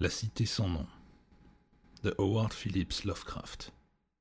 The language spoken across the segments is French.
La cité sans nom de Howard Phillips Lovecraft.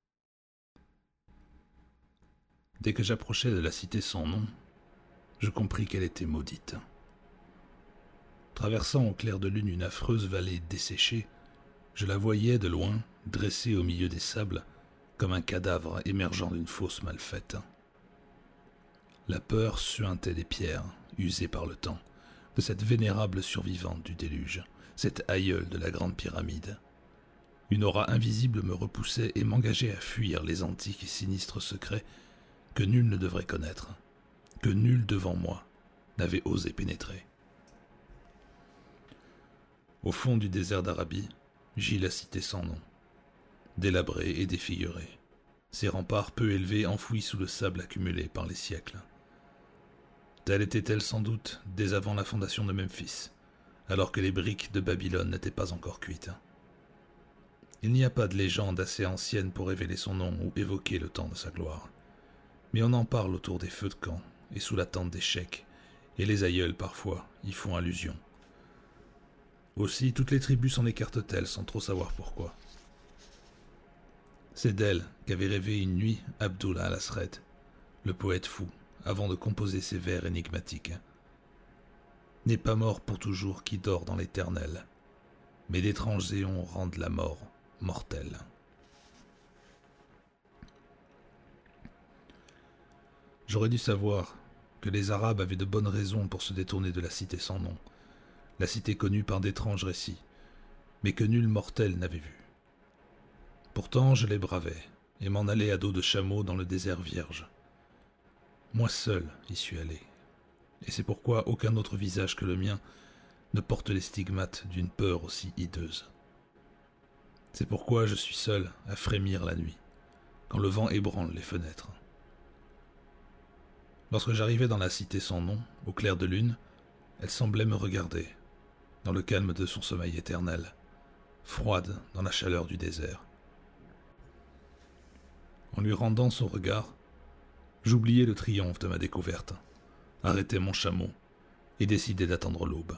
Dès que j'approchais de la cité sans nom, je compris qu'elle était maudite. Traversant au clair de lune une affreuse vallée desséchée, je la voyais de loin, dressée au milieu des sables, comme un cadavre émergeant d'une fosse mal faite. La peur suintait les pierres, usées par le temps, de cette vénérable survivante du déluge, cette aïeule de la grande pyramide. Une aura invisible me repoussait et m'engageait à fuir les antiques et sinistres secrets que nul ne devrait connaître, que nul devant moi n'avait osé pénétrer. Au fond du désert d'Arabie, gît la cité sans nom, délabrée et défigurée, ses remparts peu élevés enfouis sous le sable accumulé par les siècles. Telle était-elle sans doute dès avant la fondation de Memphis, alors que les briques de Babylone n'étaient pas encore cuites. Il n'y a pas de légende assez ancienne pour révéler son nom ou évoquer le temps de sa gloire, mais on en parle autour des feux de camp et sous la tente des cheikhs, et les aïeuls parfois y font allusion. Aussi, toutes les tribus s'en écartent-elles sans trop savoir pourquoi. C'est d'elle qu'avait rêvé une nuit Abdullah al-Asred, le poète fou, avant de composer ses vers énigmatiques. N'est pas mort pour toujours qui dort dans l'éternel, mais d'étranges éons rendent la mort mortelle. J'aurais dû savoir que les Arabes avaient de bonnes raisons pour se détourner de la cité sans nom, la cité connue par d'étranges récits, mais que nul mortel n'avait vue. Pourtant je les bravais, et m'en allais à dos de chameau dans le désert vierge. Moi seul y suis allé, et c'est pourquoi aucun autre visage que le mien ne porte les stigmates d'une peur aussi hideuse. C'est pourquoi je suis seul à frémir la nuit, quand le vent ébranle les fenêtres. Lorsque j'arrivai dans la cité sans nom, au clair de lune, elle semblait me regarder, dans le calme de son sommeil éternel, froide dans la chaleur du désert. En lui rendant son regard, j'oubliai le triomphe de ma découverte, arrêtai mon chameau et décidai d'attendre l'aube.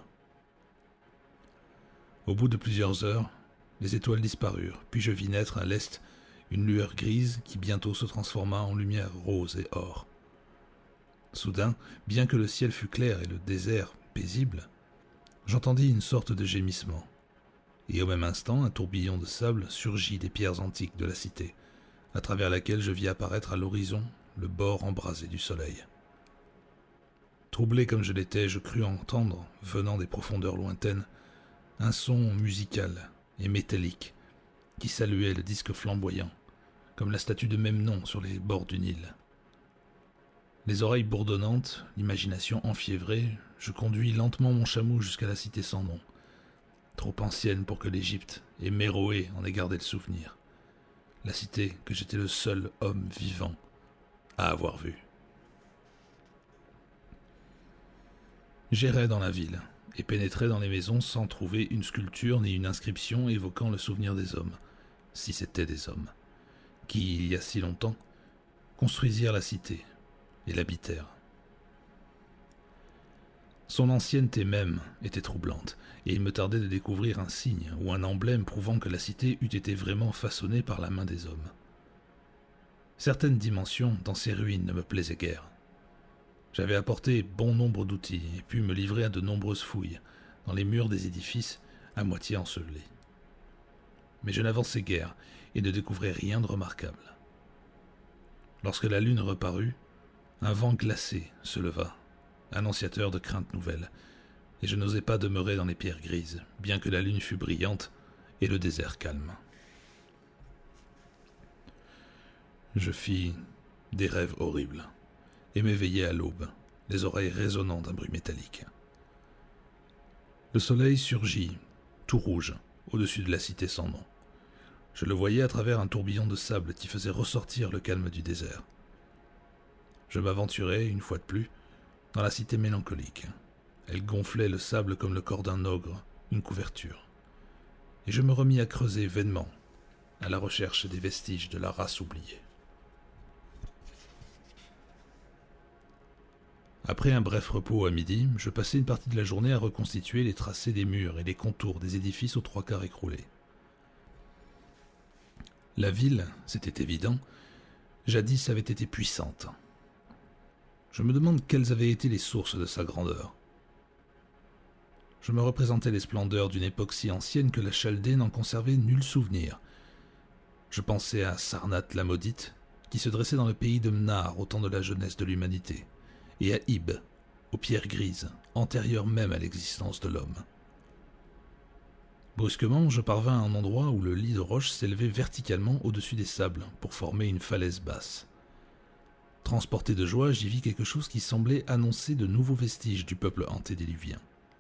Au bout de plusieurs heures, les étoiles disparurent, puis je vis naître à l'est une lueur grise qui bientôt se transforma en lumière rose et or. Soudain, bien que le ciel fût clair et le désert paisible, j'entendis une sorte de gémissement, et au même instant un tourbillon de sable surgit des pierres antiques de la cité, à travers laquelle je vis apparaître à l'horizon le bord embrasé du soleil. Troublé comme je l'étais, je crus entendre, venant des profondeurs lointaines, un son musical et métallique qui saluait le disque flamboyant, comme la statue de Memnon sur les bords du Nil. Les oreilles bourdonnantes, l'imagination enfiévrée, je conduis lentement mon chameau jusqu'à la cité sans nom, trop ancienne pour que l'Égypte et Méroé en aient gardé le souvenir. La cité que j'étais le seul homme vivant à avoir vue. J'errais dans la ville et pénétrais dans les maisons sans trouver une sculpture ni une inscription évoquant le souvenir des hommes, si c'étaient des hommes, qui, il y a si longtemps, construisirent la cité et l'habitèrent. Son ancienneté même était troublante, et il me tardait de découvrir un signe ou un emblème prouvant que la cité eût été vraiment façonnée par la main des hommes. Certaines dimensions dans ces ruines ne me plaisaient guère. J'avais apporté bon nombre d'outils et pu me livrer à de nombreuses fouilles dans les murs des édifices à moitié ensevelis. Mais je n'avançais guère et ne découvrais rien de remarquable. Lorsque la lune reparut, un vent glacé se leva, annonciateur de craintes nouvelles, et je n'osais pas demeurer dans les pierres grises, bien que la lune fût brillante et le désert calme. Je fis des rêves horribles, et m'éveillai à l'aube, les oreilles résonnant d'un bruit métallique. Le soleil surgit, tout rouge, au-dessus de la cité sans nom. Je le voyais à travers un tourbillon de sable qui faisait ressortir le calme du désert. Je m'aventurai, une fois de plus, dans la cité mélancolique. Elle gonflait le sable comme le corps d'un ogre, une couverture. Et je me remis à creuser vainement, à la recherche des vestiges de la race oubliée. Après un bref repos à midi, je passai une partie de la journée à reconstituer les tracés des murs et les contours des édifices aux 3/4 écroulés. La ville, c'était évident, jadis avait été puissante. Je me demande quelles avaient été les sources de sa grandeur. Je me représentais les splendeurs d'une époque si ancienne que la Chaldée n'en conservait nul souvenir. Je pensais à Sarnath la maudite, qui se dressait dans le pays de Mnar au temps de la jeunesse de l'humanité, et à Ib, aux pierres grises, antérieures même à l'existence de l'homme. Brusquement, je parvins à un endroit où le lit de roche s'élevait verticalement au-dessus des sables pour former une falaise basse. Transporté de joie, j'y vis quelque chose qui semblait annoncer de nouveaux vestiges du peuple antédiluvien.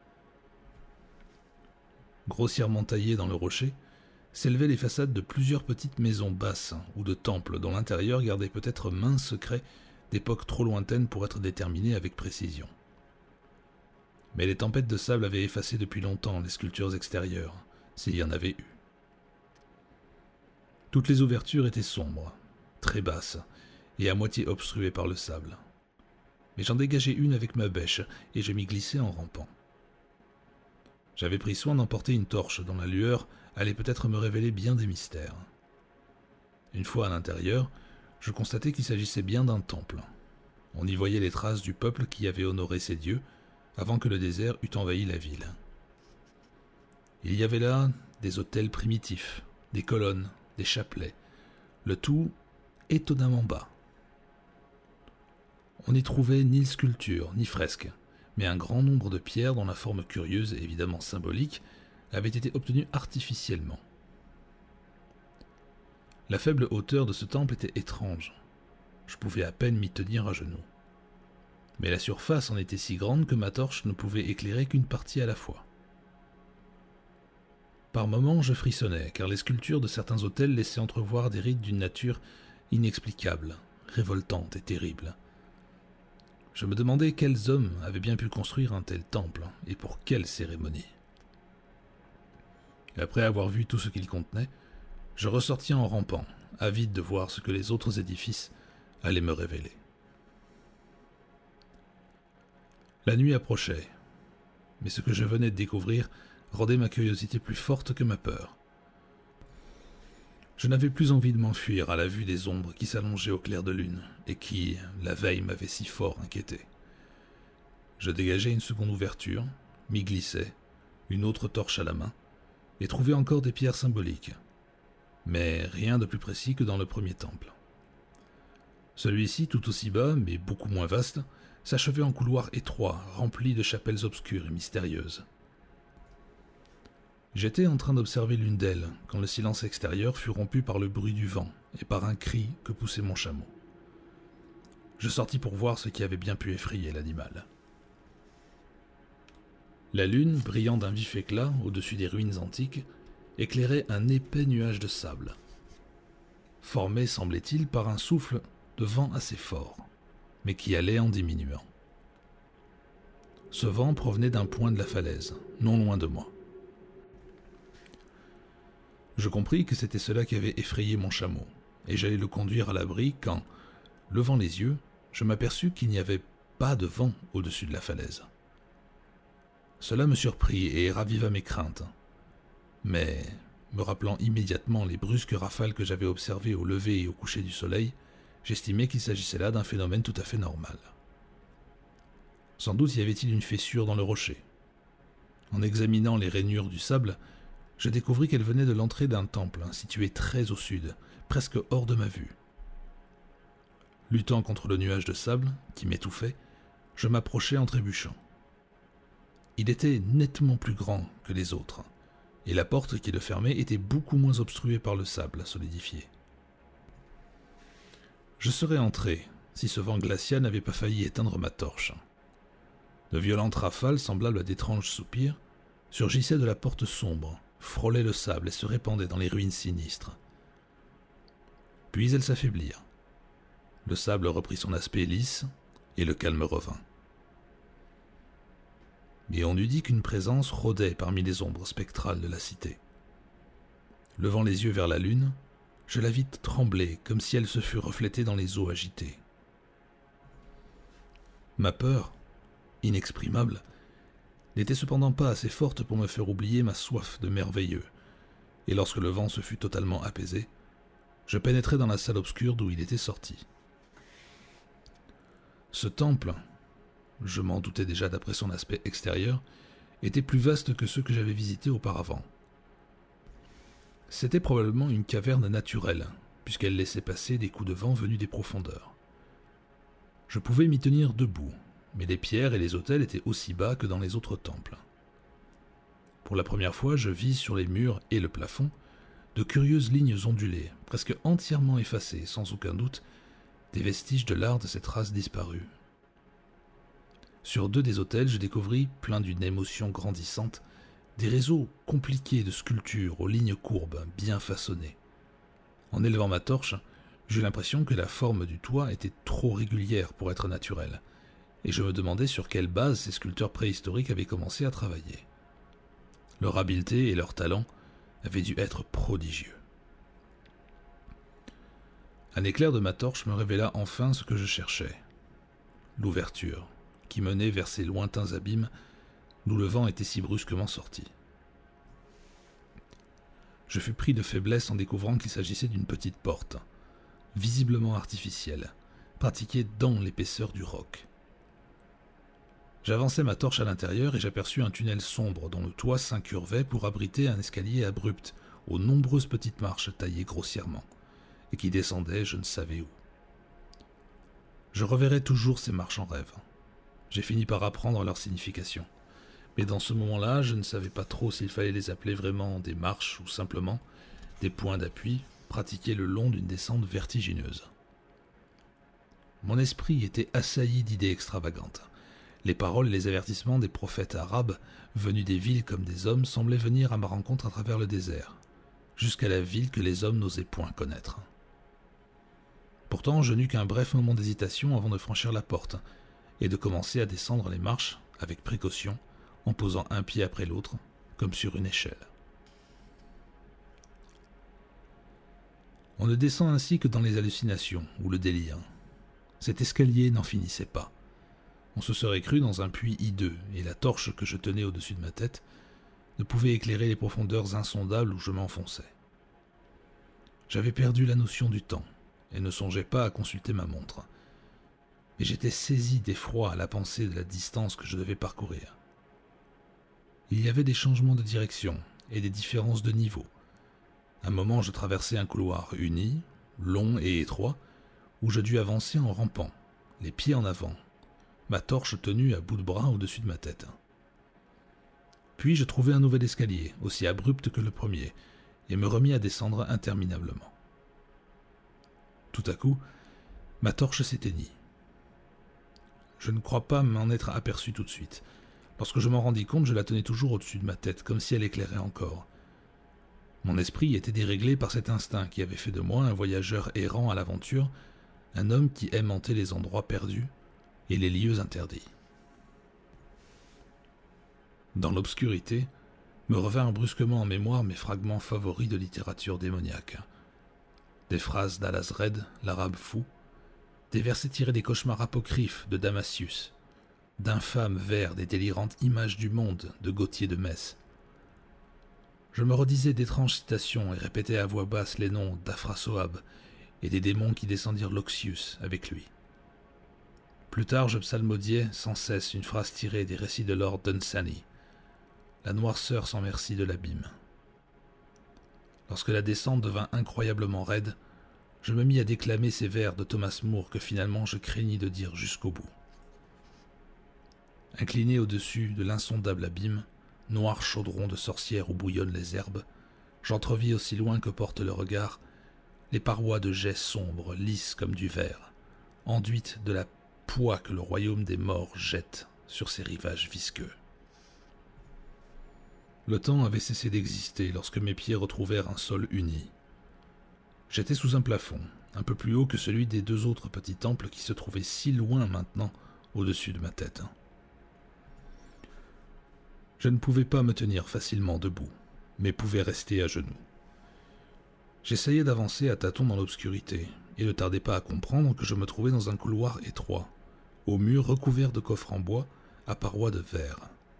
Grossièrement taillées dans le rocher, s'élevaient les façades de plusieurs petites maisons basses ou de temples dont l'intérieur gardait peut-être maints secrets d'époques trop lointaines pour être déterminés avec précision. Mais les tempêtes de sable avaient effacé depuis longtemps les sculptures extérieures, s'il y en avait eu. Toutes les ouvertures étaient sombres, très basses, et à moitié obstruées par le sable. Mais j'en dégageai une avec ma bêche, et je m'y glissai en rampant. J'avais pris soin d'emporter une torche dont la lueur allait peut-être me révéler bien des mystères. Une fois à l'intérieur, je constatai qu'il s'agissait bien d'un temple. On y voyait les traces du peuple qui avait honoré ses dieux avant que le désert eût envahi la ville. Il y avait là des autels primitifs, des colonnes, des chapelets, le tout étonnamment bas. On n'y trouvait ni sculpture, ni fresque, mais un grand nombre de pierres dont la forme curieuse et évidemment symbolique avait été obtenue artificiellement. La faible hauteur de ce temple était étrange. Je pouvais à peine m'y tenir à genoux. Mais la surface en était si grande que ma torche ne pouvait éclairer qu'une partie à la fois. Par moments, je frissonnais, car les sculptures de certains autels laissaient entrevoir des rites d'une nature inexplicable, révoltante et terrible. Je me demandais quels hommes avaient bien pu construire un tel temple, et pour quelle cérémonie. Après avoir vu tout ce qu'il contenait, je ressortis en rampant, avide de voir ce que les autres édifices allaient me révéler. La nuit approchait, mais ce que je venais de découvrir rendait ma curiosité plus forte que ma peur. Je n'avais plus envie de m'enfuir à la vue des ombres qui s'allongeaient au clair de lune et qui, la veille, m'avaient si fort inquiété. Je dégageai une seconde ouverture, m'y glissai, une autre torche à la main, et trouvai encore des pierres symboliques, mais rien de plus précis que dans le premier temple. Celui-ci, tout aussi bas, mais beaucoup moins vaste, s'achevait en couloirs étroits, remplis de chapelles obscures et mystérieuses. J'étais en train d'observer l'une d'elles, quand le silence extérieur fut rompu par le bruit du vent et par un cri que poussait mon chameau. Je sortis pour voir ce qui avait bien pu effrayer l'animal. La lune, brillant d'un vif éclat au-dessus des ruines antiques, éclairait un épais nuage de sable, formé, semblait-il, par un souffle de vent assez fort, mais qui allait en diminuant. Ce vent provenait d'un point de la falaise, non loin de moi. Je compris que c'était cela qui avait effrayé mon chameau, et j'allais le conduire à l'abri quand, levant les yeux, je m'aperçus qu'il n'y avait pas de vent au-dessus de la falaise. Cela me surprit et raviva mes craintes, mais, me rappelant immédiatement les brusques rafales que j'avais observées au lever et au coucher du soleil, j'estimai qu'il s'agissait là d'un phénomène tout à fait normal. Sans doute y avait-il une fissure dans le rocher. En examinant les rainures du sable, je découvris qu'elle venait de l'entrée d'un temple situé très au sud, presque hors de ma vue. Luttant contre le nuage de sable, qui m'étouffait, je m'approchai en trébuchant. Il était nettement plus grand que les autres, et la porte qui le fermait était beaucoup moins obstruée par le sable solidifié. Je serais entré si ce vent glacial n'avait pas failli éteindre ma torche. De violentes rafales, semblables à d'étranges soupirs, surgissaient de la porte sombre, frôlaient le sable et se répandaient dans les ruines sinistres. Puis elles s'affaiblirent. Le sable reprit son aspect lisse, et le calme revint. Mais on eût dit qu'une présence rôdait parmi les ombres spectrales de la cité. Levant les yeux vers la lune, je la vis trembler comme si elle se fût reflétée dans les eaux agitées. Ma peur, inexprimable, n'était cependant pas assez forte pour me faire oublier ma soif de merveilleux, et lorsque le vent se fut totalement apaisé, je pénétrai dans la salle obscure d'où il était sorti. Ce temple, je m'en doutais déjà d'après son aspect extérieur, était plus vaste que ceux que j'avais visités auparavant. C'était probablement une caverne naturelle, puisqu'elle laissait passer des coups de vent venus des profondeurs. Je pouvais m'y tenir debout, mais les pierres et les autels étaient aussi bas que dans les autres temples. Pour la première fois, je vis sur les murs et le plafond de curieuses lignes ondulées, presque entièrement effacées, sans aucun doute, des vestiges de l'art de cette race disparue. Sur 2 des autels, je découvris, plein d'une émotion grandissante, des réseaux compliqués de sculptures aux lignes courbes, bien façonnées. En élevant ma torche, j'eus l'impression que la forme du toit était trop régulière pour être naturelle, et je me demandais sur quelle base ces sculpteurs préhistoriques avaient commencé à travailler. Leur habileté et leur talent avaient dû être prodigieux. Un éclair de ma torche me révéla enfin ce que je cherchais. L'ouverture, qui menait vers ces lointains abîmes d'où le vent était si brusquement sorti. Je fus pris de faiblesse en découvrant qu'il s'agissait d'une petite porte, visiblement artificielle, pratiquée dans l'épaisseur du roc. J'avançai ma torche à l'intérieur et j'aperçus un tunnel sombre dont le toit s'incurvait pour abriter un escalier abrupt aux nombreuses petites marches taillées grossièrement et qui descendaient je ne savais où. Je reverrai toujours ces marches en rêve. J'ai fini par apprendre leur signification. Mais dans ce moment-là, je ne savais pas trop s'il fallait les appeler vraiment des marches ou simplement des points d'appui pratiqués le long d'une descente vertigineuse. Mon esprit était assailli d'idées extravagantes. Les paroles et les avertissements des prophètes arabes, venus des villes comme des hommes, semblaient venir à ma rencontre à travers le désert, jusqu'à la ville que les hommes n'osaient point connaître. Pourtant, je n'eus qu'un bref moment d'hésitation avant de franchir la porte et de commencer à descendre les marches avec précaution, en posant un pied après l'autre, comme sur une échelle. On ne descend ainsi que dans les hallucinations ou le délire. Cet escalier n'en finissait pas. On se serait cru dans un puits hideux, et la torche que je tenais au-dessus de ma tête ne pouvait éclairer les profondeurs insondables où je m'enfonçais. J'avais perdu la notion du temps, et ne songeais pas à consulter ma montre. Mais j'étais saisi d'effroi à la pensée de la distance que je devais parcourir. Il y avait des changements de direction et des différences de niveau. Un moment, je traversais un couloir uni, long et étroit, où je dus avancer en rampant, les pieds en avant, ma torche tenue à bout de bras au-dessus de ma tête. Puis je trouvai un nouvel escalier, aussi abrupt que le premier, et me remis à descendre interminablement. Tout à coup, ma torche s'éteignit. Je ne crois pas m'en être aperçu tout de suite. Lorsque je m'en rendis compte, je la tenais toujours au-dessus de ma tête, comme si elle éclairait encore. Mon esprit était déréglé par cet instinct qui avait fait de moi un voyageur errant à l'aventure, un homme qui aimantait les endroits perdus et les lieux interdits. Dans l'obscurité, me revinrent brusquement en mémoire mes fragments favoris de littérature démoniaque. Des phrases d'Alazred, l'arabe fou, des versets tirés des cauchemars apocryphes de Damasius, d'infâmes vers des délirantes images du monde de Gauthier de Metz. Je me redisais d'étranges citations et répétais à voix basse les noms d'Afrasoab et des démons qui descendirent l'Oxius avec lui. Plus tard, je psalmodiais sans cesse une phrase tirée des récits de Lord Dunsany, la noirceur sans merci de l'abîme. Lorsque la descente devint incroyablement raide, je me mis à déclamer ces vers de Thomas Moore que finalement je craignis de dire jusqu'au bout. Incliné au-dessus de l'insondable abîme, noir chaudron de sorcière où bouillonnent les herbes, j'entrevis aussi loin que porte le regard les parois de jais sombres, lisses comme du verre, enduites de la poix que le royaume des morts jette sur ses rivages visqueux. Le temps avait cessé d'exister lorsque mes pieds retrouvèrent un sol uni. J'étais sous un plafond, un peu plus haut que celui des 2 autres petits temples qui se trouvaient si loin maintenant au-dessus de ma tête. Je ne pouvais pas me tenir facilement debout, mais pouvais rester à genoux. J'essayais d'avancer à tâtons dans l'obscurité, et ne tardais pas à comprendre que je me trouvais dans un couloir étroit, aux murs recouverts de coffres en bois à parois de verre.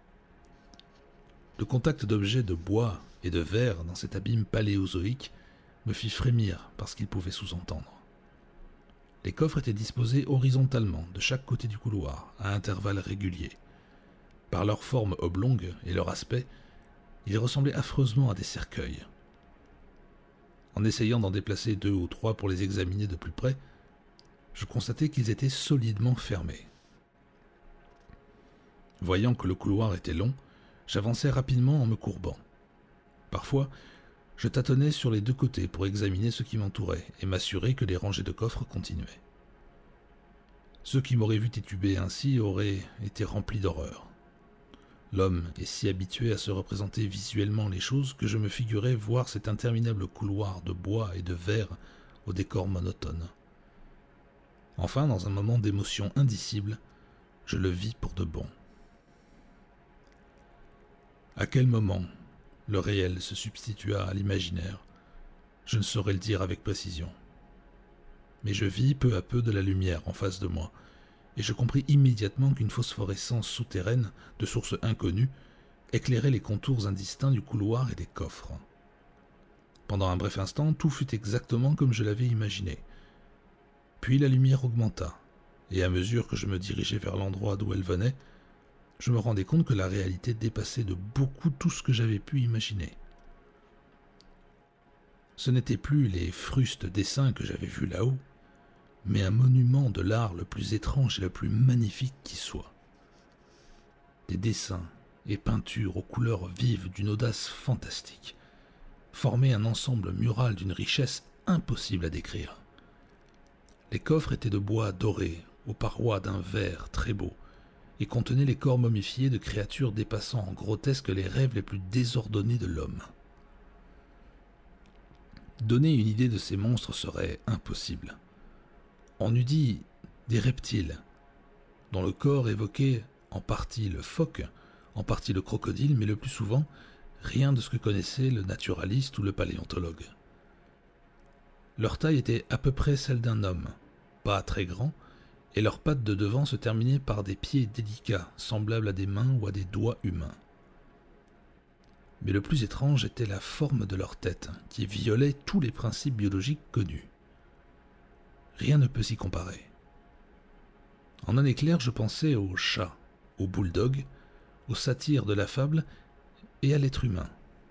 Le contact d'objets de bois et de verre dans cet abîme paléozoïque me fit frémir par ce qu'il pouvait sous-entendre. Les coffres étaient disposés horizontalement de chaque côté du couloir, à intervalles réguliers. Par leur forme oblongue et leur aspect, ils ressemblaient affreusement à des cercueils. En essayant d'en déplacer 2 ou 3 pour les examiner de plus près, je constatai qu'ils étaient solidement fermés. Voyant que le couloir était long, j'avançai rapidement en me courbant. Parfois, je tâtonnais sur les 2 côtés pour examiner ce qui m'entourait et m'assurer que les rangées de coffres continuaient. Ceux qui m'auraient vu tituber ainsi auraient été remplis d'horreur. L'homme est si habitué à se représenter visuellement les choses que je me figurais voir cet interminable couloir de bois et de verre au décor monotone. Enfin, dans un moment d'émotion indicible, je le vis pour de bon. À quel moment le réel se substitua à l'imaginaire, je ne saurais le dire avec précision. Mais je vis peu à peu de la lumière en face de moi, et je compris immédiatement qu'une phosphorescence souterraine, de source inconnue, éclairait les contours indistincts du couloir et des coffres. Pendant un bref instant, tout fut exactement comme je l'avais imaginé. Puis la lumière augmenta, et à mesure que je me dirigeais vers l'endroit d'où elle venait, je me rendais compte que la réalité dépassait de beaucoup tout ce que j'avais pu imaginer. Ce n'étaient plus les frustes dessins que j'avais vus là-haut, mais un monument de l'art le plus étrange et le plus magnifique qui soit. Des dessins et peintures aux couleurs vives d'une audace fantastique formaient un ensemble mural d'une richesse impossible à décrire. Les coffres étaient de bois doré, aux parois d'un vert très beau, et contenaient les corps momifiés de créatures dépassant en grotesque les rêves les plus désordonnés de l'homme. Donner une idée de ces monstres serait impossible. On eût dit des reptiles, dont le corps évoquait en partie le phoque, en partie le crocodile, mais le plus souvent rien de ce que connaissait le naturaliste ou le paléontologue. Leur taille était à peu près celle d'un homme, pas très grand, et leurs pattes de devant se terminaient par des pieds délicats, semblables à des mains ou à des doigts humains. Mais le plus étrange était la forme de leur tête, qui violait tous les principes biologiques connus. Rien ne peut s'y comparer. En un éclair, je pensais au chat, au bulldog, au satyre de la fable et à l'être humain.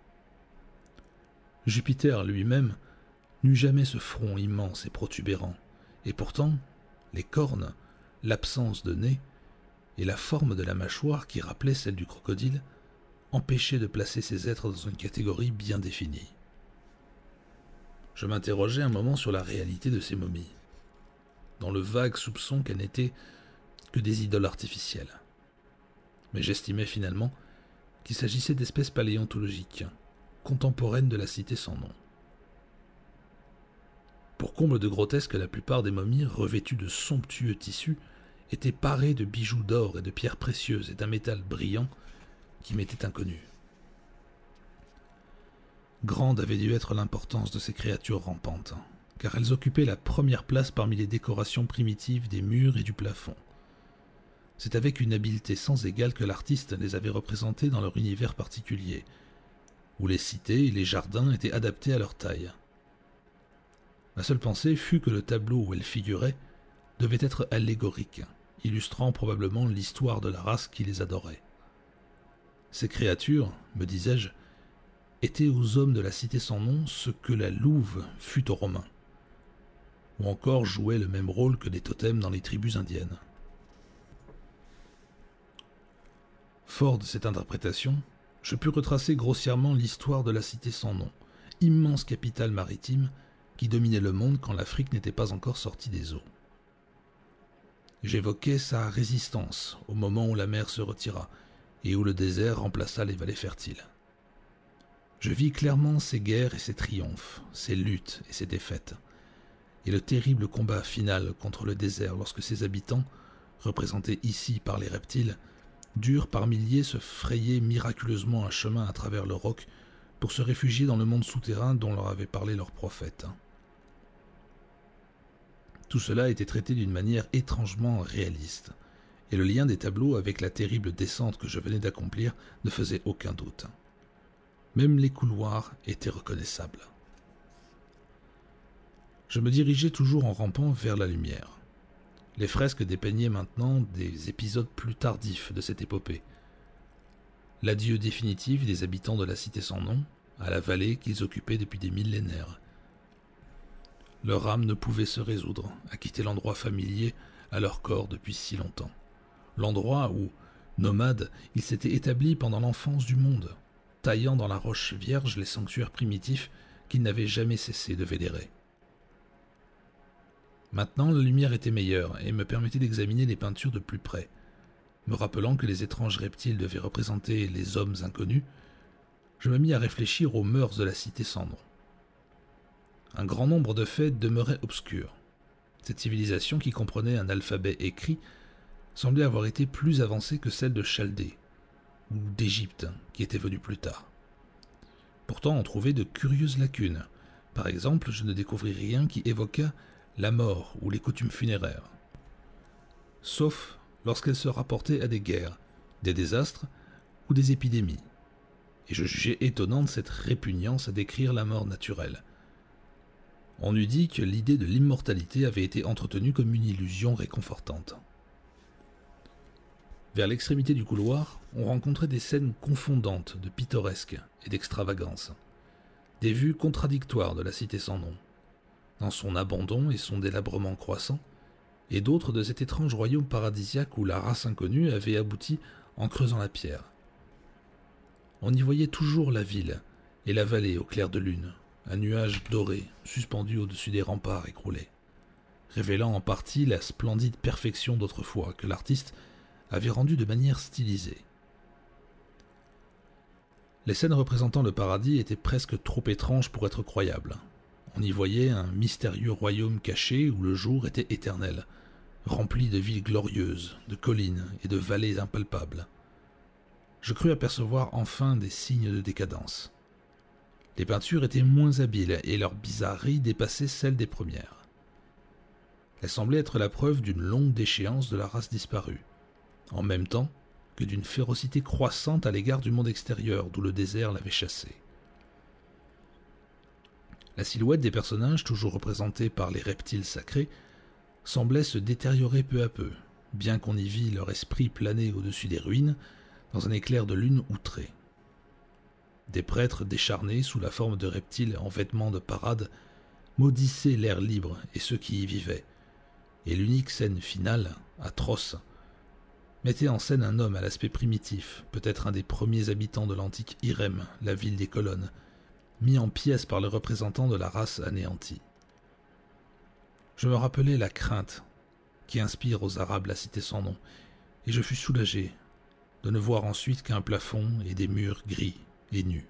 Jupiter lui-même n'eut jamais ce front immense et protubérant, et pourtant, les cornes, l'absence de nez et la forme de la mâchoire qui rappelait celle du crocodile empêchaient de placer ces êtres dans une catégorie bien définie. Je m'interrogeais un moment sur la réalité de ces momies, dans le vague soupçon qu'elles n'étaient que des idoles artificielles. Mais j'estimais finalement qu'il s'agissait d'espèces paléontologiques, contemporaines de la cité sans nom. Pour comble de grotesque, la plupart des momies, revêtues de somptueux tissus, étaient parées de bijoux d'or et de pierres précieuses et d'un métal brillant qui m'était inconnu. Grande avait dû être l'importance de ces créatures rampantes, car elles occupaient la première place parmi les décorations primitives des murs et du plafond. C'est avec une habileté sans égale que l'artiste les avait représentées dans leur univers particulier, où les cités et les jardins étaient adaptés à leur taille. Ma seule pensée fut que le tableau où elles figuraient devait être allégorique, illustrant probablement l'histoire de la race qui les adorait. Ces créatures, me disais-je, étaient aux hommes de la cité sans nom ce que la louve fut aux Romains, ou encore jouaient le même rôle que des totems dans les tribus indiennes. Fort de cette interprétation, je pus retracer grossièrement l'histoire de la cité sans nom, immense capitale maritime qui dominait le monde quand l'Afrique n'était pas encore sortie des eaux. J'évoquais sa résistance au moment où la mer se retira et où le désert remplaça les vallées fertiles. Je vis clairement ses guerres et ses triomphes, ses luttes et ses défaites, et le terrible combat final contre le désert lorsque ses habitants, représentés ici par les reptiles, durent par milliers se frayer miraculeusement un chemin à travers le roc pour se réfugier dans le monde souterrain dont leur avait parlé leur prophète. Tout cela était traité d'une manière étrangement réaliste, et le lien des tableaux avec la terrible descente que je venais d'accomplir ne faisait aucun doute. Même les couloirs étaient reconnaissables. Je me dirigeais toujours en rampant vers la lumière. Les fresques dépeignaient maintenant des épisodes plus tardifs de cette épopée. L'adieu définitif des habitants de la cité sans nom, à la vallée qu'ils occupaient depuis des millénaires. Leur âme ne pouvait se résoudre à quitter l'endroit familier à leur corps depuis si longtemps. L'endroit où, nomades, ils s'étaient établis pendant l'enfance du monde, taillant dans la roche vierge les sanctuaires primitifs qu'ils n'avaient jamais cessé de vénérer. Maintenant, la lumière était meilleure et me permettait d'examiner les peintures de plus près. Me rappelant que les étranges reptiles devaient représenter les hommes inconnus, je me mis à réfléchir aux mœurs de la cité sans nom. Un grand nombre de faits demeuraient obscurs. Cette civilisation, qui comprenait un alphabet écrit, semblait avoir été plus avancée que celle de Chaldée ou d'Égypte, qui était venue plus tard. Pourtant, on trouvait de curieuses lacunes. Par exemple, je ne découvris rien qui évoquât la mort ou les coutumes funéraires. Sauf lorsqu'elle se rapportait à des guerres, des désastres ou des épidémies. Et je jugeais étonnante cette répugnance à décrire la mort naturelle. On eût dit que l'idée de l'immortalité avait été entretenue comme une illusion réconfortante. Vers l'extrémité du couloir, on rencontrait des scènes confondantes de pittoresque et d'extravagance, des vues contradictoires de la cité sans nom, dans son abandon et son délabrement croissant, et d'autres de cet étrange royaume paradisiaque où la race inconnue avait abouti en creusant la pierre. On y voyait toujours la ville et la vallée au clair de lune, un nuage doré suspendu au-dessus des remparts écroulés, révélant en partie la splendide perfection d'autrefois que l'artiste avait rendue de manière stylisée. Les scènes représentant le paradis étaient presque trop étranges pour être croyables. On y voyait un mystérieux royaume caché où le jour était éternel, rempli de villes glorieuses, de collines et de vallées impalpables. Je crus apercevoir enfin des signes de décadence. Les peintures étaient moins habiles et leur bizarrerie dépassait celle des premières. Elles semblaient être la preuve d'une longue déchéance de la race disparue, en même temps que d'une férocité croissante à l'égard du monde extérieur d'où le désert l'avait chassé. La silhouette des personnages, toujours représentés par les reptiles sacrés, semblait se détériorer peu à peu, bien qu'on y vît leur esprit planer au-dessus des ruines, dans un éclair de lune outré. Des prêtres décharnés sous la forme de reptiles en vêtements de parade maudissaient l'air libre et ceux qui y vivaient, et l'unique scène finale, atroce, mettait en scène un homme à l'aspect primitif, peut-être un des premiers habitants de l'antique Irem, la ville des colonnes, mis en pièces par les représentants de la race anéantie. Je me rappelais la crainte qui inspire aux Arabes la cité sans nom, et je fus soulagé de ne voir ensuite qu'un plafond et des murs gris et nus.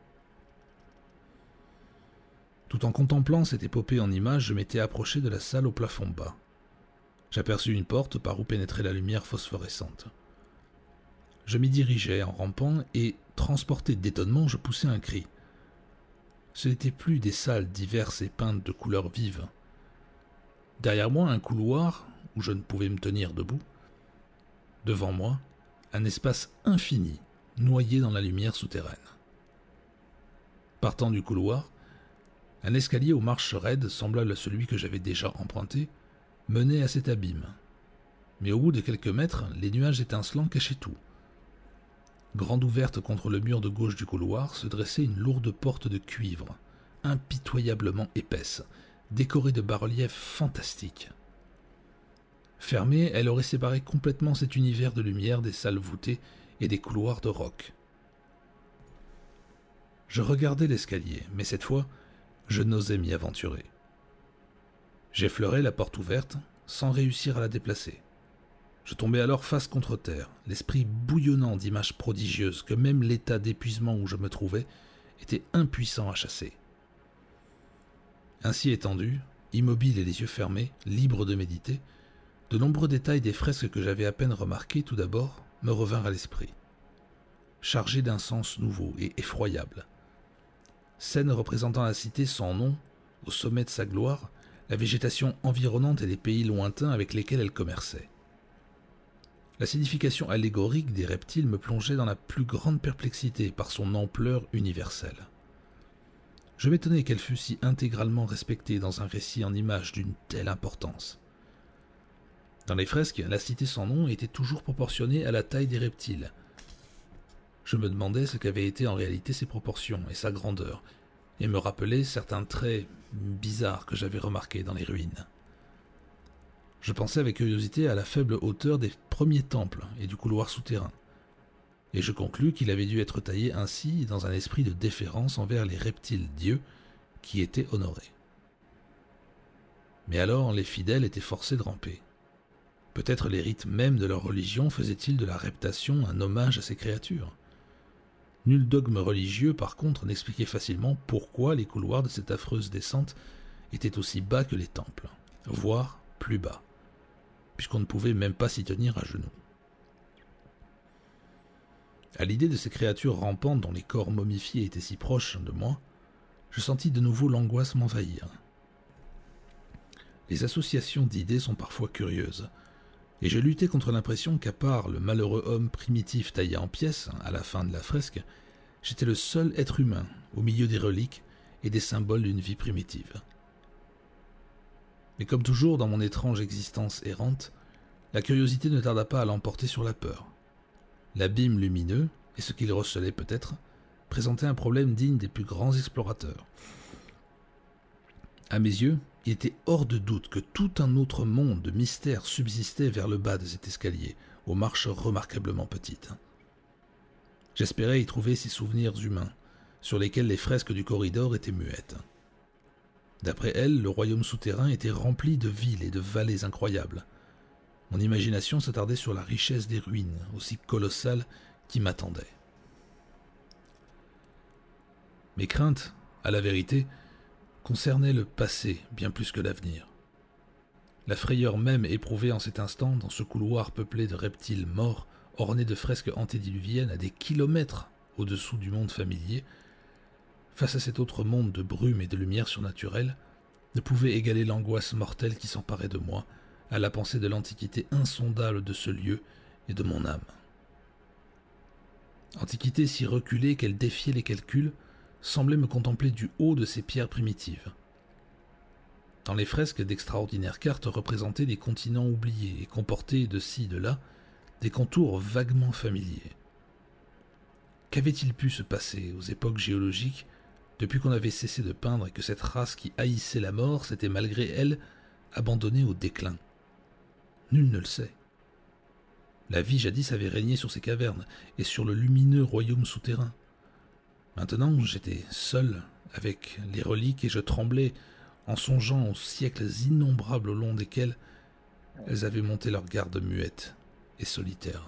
Tout en contemplant cette épopée en images, je m'étais approché de la salle au plafond bas. J'aperçus une porte par où pénétrait la lumière phosphorescente. Je m'y dirigeais en rampant et, transporté d'étonnement, je poussai un cri. Ce n'étaient plus des salles diverses et peintes de couleurs vives. Derrière moi, un couloir où je ne pouvais me tenir debout. Devant moi, un espace infini, noyé dans la lumière souterraine. Partant du couloir, un escalier aux marches raides, semblable à celui que j'avais déjà emprunté, menait à cet abîme. Mais au bout de quelques mètres, les nuages étincelants cachaient tout. Grande ouverte contre le mur de gauche du couloir, se dressait une lourde porte de cuivre, impitoyablement épaisse, décorée de bas-reliefs fantastiques. Fermée, elle aurait séparé complètement cet univers de lumière des salles voûtées et des couloirs de roc. Je regardais l'escalier, mais cette fois, je n'osais m'y aventurer. J'effleurai la porte ouverte, sans réussir à la déplacer. Je tombais alors face contre terre, l'esprit bouillonnant d'images prodigieuses que même l'état d'épuisement où je me trouvais était impuissant à chasser. Ainsi étendu, immobile et les yeux fermés, libre de méditer, de nombreux détails des fresques que j'avais à peine remarqués tout d'abord me revinrent à l'esprit, chargés d'un sens nouveau et effroyable. Scène représentant la cité sans nom, au sommet de sa gloire, la végétation environnante et les pays lointains avec lesquels elle commerçait. La signification allégorique des reptiles me plongeait dans la plus grande perplexité par son ampleur universelle. Je m'étonnais qu'elle fût si intégralement respectée dans un récit en images d'une telle importance. Dans les fresques, la cité sans nom était toujours proportionnée à la taille des reptiles. Je me demandais ce qu'avaient été en réalité ses proportions et sa grandeur, et me rappelais certains traits bizarres que j'avais remarqués dans les ruines. Je pensais avec curiosité à la faible hauteur des premiers temples et du couloir souterrain, et je conclus qu'il avait dû être taillé ainsi dans un esprit de déférence envers les reptiles-dieux qui étaient honorés. Mais alors les fidèles étaient forcés de ramper. Peut-être les rites mêmes de leur religion faisaient-ils de la reptation un hommage à ces créatures. Nul dogme religieux, par contre, n'expliquait facilement pourquoi les couloirs de cette affreuse descente étaient aussi bas que les temples, voire plus bas, puisqu'on ne pouvait même pas s'y tenir à genoux. À l'idée de ces créatures rampantes dont les corps momifiés étaient si proches de moi, je sentis de nouveau l'angoisse m'envahir. Les associations d'idées sont parfois curieuses, et je luttais contre l'impression qu'à part le malheureux homme primitif taillé en pièces, à la fin de la fresque, j'étais le seul être humain au milieu des reliques et des symboles d'une vie primitive. Mais comme toujours dans mon étrange existence errante, la curiosité ne tarda pas à l'emporter sur la peur. L'abîme lumineux, et ce qu'il recelait peut-être, présentait un problème digne des plus grands explorateurs. À mes yeux, il était hors de doute que tout un autre monde de mystère subsistait vers le bas de cet escalier, aux marches remarquablement petites. J'espérais y trouver ces souvenirs humains, sur lesquels les fresques du corridor étaient muettes. D'après elles, le royaume souterrain était rempli de villes et de vallées incroyables. Mon imagination s'attardait sur la richesse des ruines, aussi colossales, qui m'attendaient. Mes craintes, à la vérité, concernaient le passé bien plus que l'avenir. La frayeur même éprouvée en cet instant dans ce couloir peuplé de reptiles morts, orné de fresques antédiluviennes à des kilomètres au-dessous du monde familier, face à cet autre monde de brume et de lumière surnaturelle, ne pouvait égaler l'angoisse mortelle qui s'emparait de moi à la pensée de l'antiquité insondable de ce lieu et de mon âme. Antiquité si reculée qu'elle défiait les calculs, semblait me contempler du haut de ces pierres primitives. Dans les fresques, d'extraordinaires cartes représentaient des continents oubliés et comportaient de ci, de là, des contours vaguement familiers. Qu'avait-il pu se passer aux époques géologiques depuis qu'on avait cessé de peindre et que cette race qui haïssait la mort s'était malgré elle abandonnée au déclin? Nul ne le sait. La vie jadis avait régné sur ces cavernes et sur le lumineux royaume souterrain. Maintenant, j'étais seul avec les reliques et je tremblais en songeant aux siècles innombrables au long desquels elles avaient monté leur garde muette et solitaire.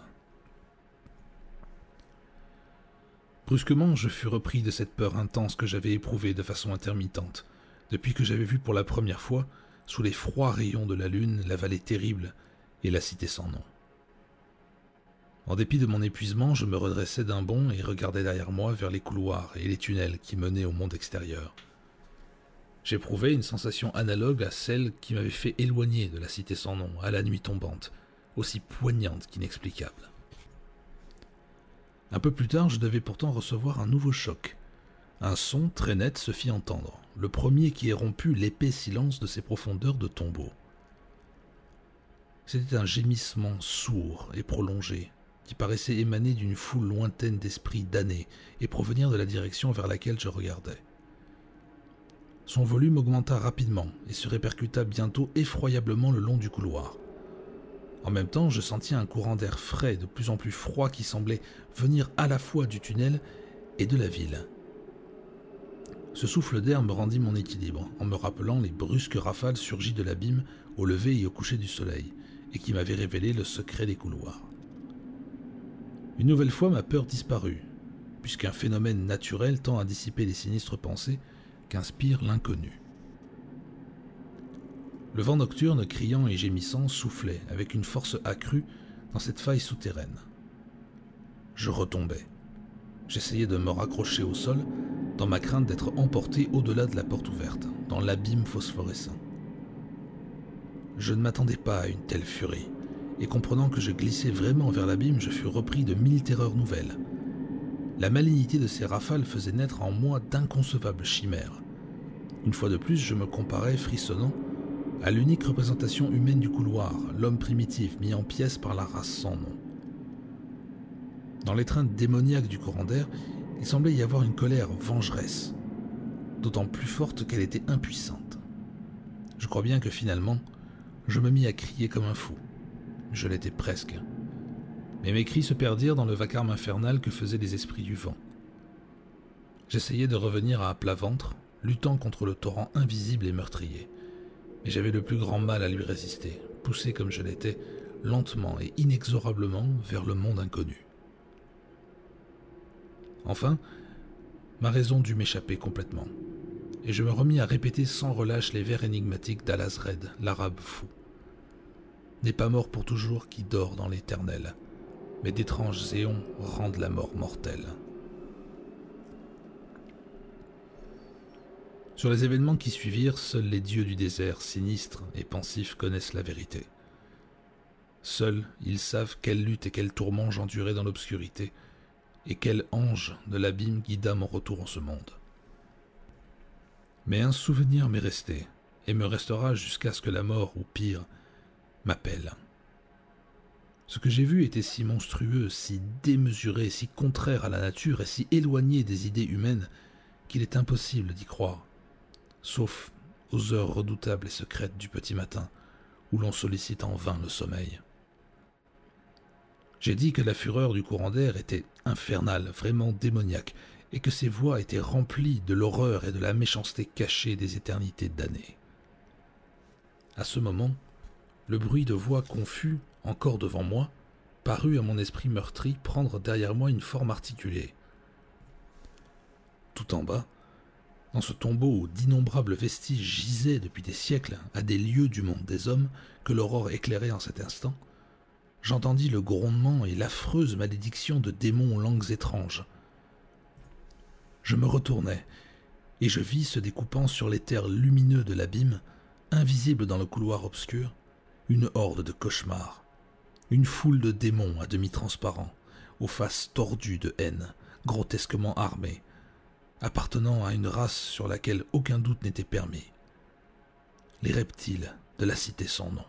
Brusquement, je fus repris de cette peur intense que j'avais éprouvée de façon intermittente, depuis que j'avais vu pour la première fois, sous les froids rayons de la lune, la vallée terrible et la cité sans nom. En dépit de mon épuisement, je me redressai d'un bond et regardai derrière moi vers les couloirs et les tunnels qui menaient au monde extérieur. J'éprouvais une sensation analogue à celle qui m'avait fait éloigner de la cité sans nom, à la nuit tombante, aussi poignante qu'inexplicable. Un peu plus tard, je devais pourtant recevoir un nouveau choc. Un son très net se fit entendre, le premier qui ait rompu l'épais silence de ces profondeurs de tombeau. C'était un gémissement sourd et prolongé, qui paraissait émaner d'une foule lointaine d'esprits damnés et provenir de la direction vers laquelle je regardais. Son volume augmenta rapidement et se répercuta bientôt effroyablement le long du couloir. En même temps, je sentis un courant d'air frais, de plus en plus froid, qui semblait venir à la fois du tunnel et de la ville. Ce souffle d'air me rendit mon équilibre, en me rappelant les brusques rafales surgies de l'abîme au lever et au coucher du soleil, et qui m'avaient révélé le secret des couloirs. Une nouvelle fois, ma peur disparut, puisqu'un phénomène naturel tend à dissiper les sinistres pensées qu'inspire l'inconnu. Le vent nocturne, criant et gémissant, soufflait avec une force accrue dans cette faille souterraine. Je retombais. J'essayais de me raccrocher au sol, dans ma crainte d'être emporté au-delà de la porte ouverte, dans l'abîme phosphorescent. Je ne m'attendais pas à une telle furie, et comprenant que je glissais vraiment vers l'abîme, je fus repris de 1000 terreurs nouvelles. La malignité de ces rafales faisait naître en moi d'inconcevables chimères. Une fois de plus, je me comparais, frissonnant, à l'unique représentation humaine du couloir, l'homme primitif mis en pièces par la race sans nom. Dans l'étreinte démoniaque du courant d'air, il semblait y avoir une colère vengeresse, d'autant plus forte qu'elle était impuissante. Je crois bien que finalement, je me mis à crier comme un fou. Je l'étais presque. Mais mes cris se perdirent dans le vacarme infernal que faisaient les esprits du vent. J'essayais de revenir à plat ventre, luttant contre le torrent invisible et meurtrier. Mais j'avais le plus grand mal à lui résister, poussé comme je l'étais, lentement et inexorablement vers le monde inconnu. Enfin, ma raison dut m'échapper complètement, et je me remis à répéter sans relâche les vers énigmatiques d'Alazred, l'arabe fou. N'est pas mort pour toujours qui dort dans l'éternel, mais d'étranges éons rendent la mort mortelle. Sur les événements qui suivirent, seuls les dieux du désert, sinistres et pensifs, connaissent la vérité. Seuls, ils savent quelle lutte et quel tourment j'endurai dans l'obscurité, et quel ange de l'abîme guida mon retour en ce monde. Mais un souvenir m'est resté, et me restera jusqu'à ce que la mort, ou pire, m'appelle. Ce que j'ai vu était si monstrueux, si démesuré, si contraire à la nature et si éloigné des idées humaines qu'il est impossible d'y croire, sauf aux heures redoutables et secrètes du petit matin où l'on sollicite en vain le sommeil. J'ai dit que la fureur du courant d'air était infernale, vraiment démoniaque, et que ses voix étaient remplies de l'horreur et de la méchanceté cachée des éternités damnées. À ce moment, le bruit de voix confus, encore devant moi, parut à mon esprit meurtri prendre derrière moi une forme articulée. Tout en bas, dans ce tombeau où d'innombrables vestiges gisaient depuis des siècles à des lieues du monde des hommes que l'aurore éclairait en cet instant, j'entendis le grondement et l'affreuse malédiction de démons aux langues étranges. Je me retournai, et je vis se découpant sur l'éther lumineux de l'abîme, invisible dans le couloir obscur, une horde de cauchemars, une foule de démons à demi transparents, aux faces tordues de haine, grotesquement armés, appartenant à une race sur laquelle aucun doute n'était permis, les reptiles de la cité sans nom.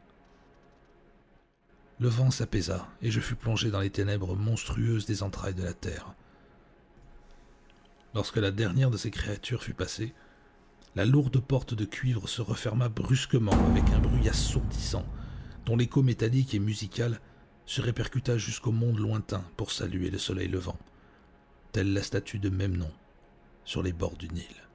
Le vent s'apaisa, et je fus plongé dans les ténèbres monstrueuses des entrailles de la terre. Lorsque la dernière de ces créatures fut passée, la lourde porte de cuivre se referma brusquement avec un bruit assourdissant, dont l'écho métallique et musical se répercuta jusqu'au monde lointain pour saluer le soleil levant, telle la statue de Memnon sur les bords du Nil.